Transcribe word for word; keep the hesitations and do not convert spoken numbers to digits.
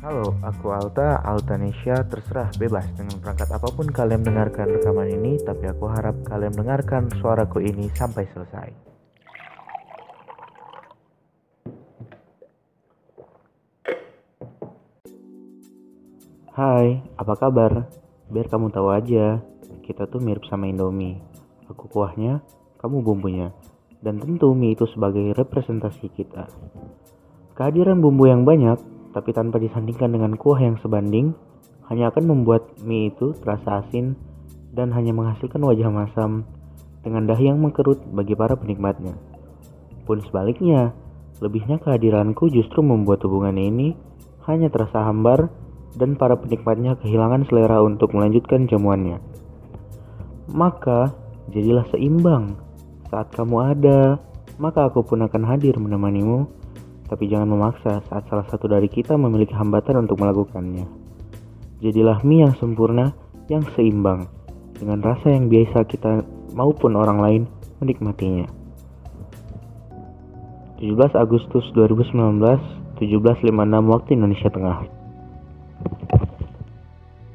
Halo, aku Alta, Altanesia, terserah bebas dengan perangkat apapun kalian mendengarkan rekaman ini, tapi aku harap kalian mendengarkan suaraku ini sampai selesai. Hai, apa kabar? Biar kamu tahu aja, kita tuh mirip sama Indomie. Aku kuahnya, kamu bumbunya. Dan tentu mie itu sebagai representasi kita. Kehadiran bumbu yang banyak, tapi tanpa disandingkan dengan kuah yang sebanding, hanya akan membuat mie itu terasa asin dan hanya menghasilkan wajah masam dengan dahi yang mengkerut bagi para penikmatnya. Pun sebaliknya, lebihnya kehadiranku justru membuat hubungan ini hanya terasa hambar dan para penikmatnya kehilangan selera untuk melanjutkan jamuannya. Maka, jadilah seimbang. Saat kamu ada, maka aku pun akan hadir menemanimu, tapi jangan memaksa saat salah satu dari kita memiliki hambatan untuk melakukannya. Jadilah mie yang sempurna, yang seimbang, dengan rasa yang biasa kita maupun orang lain menikmatinya. tujuh belas Agustus dua ribu sembilan belas, tujuh belas lima puluh enam waktu Indonesia Tengah.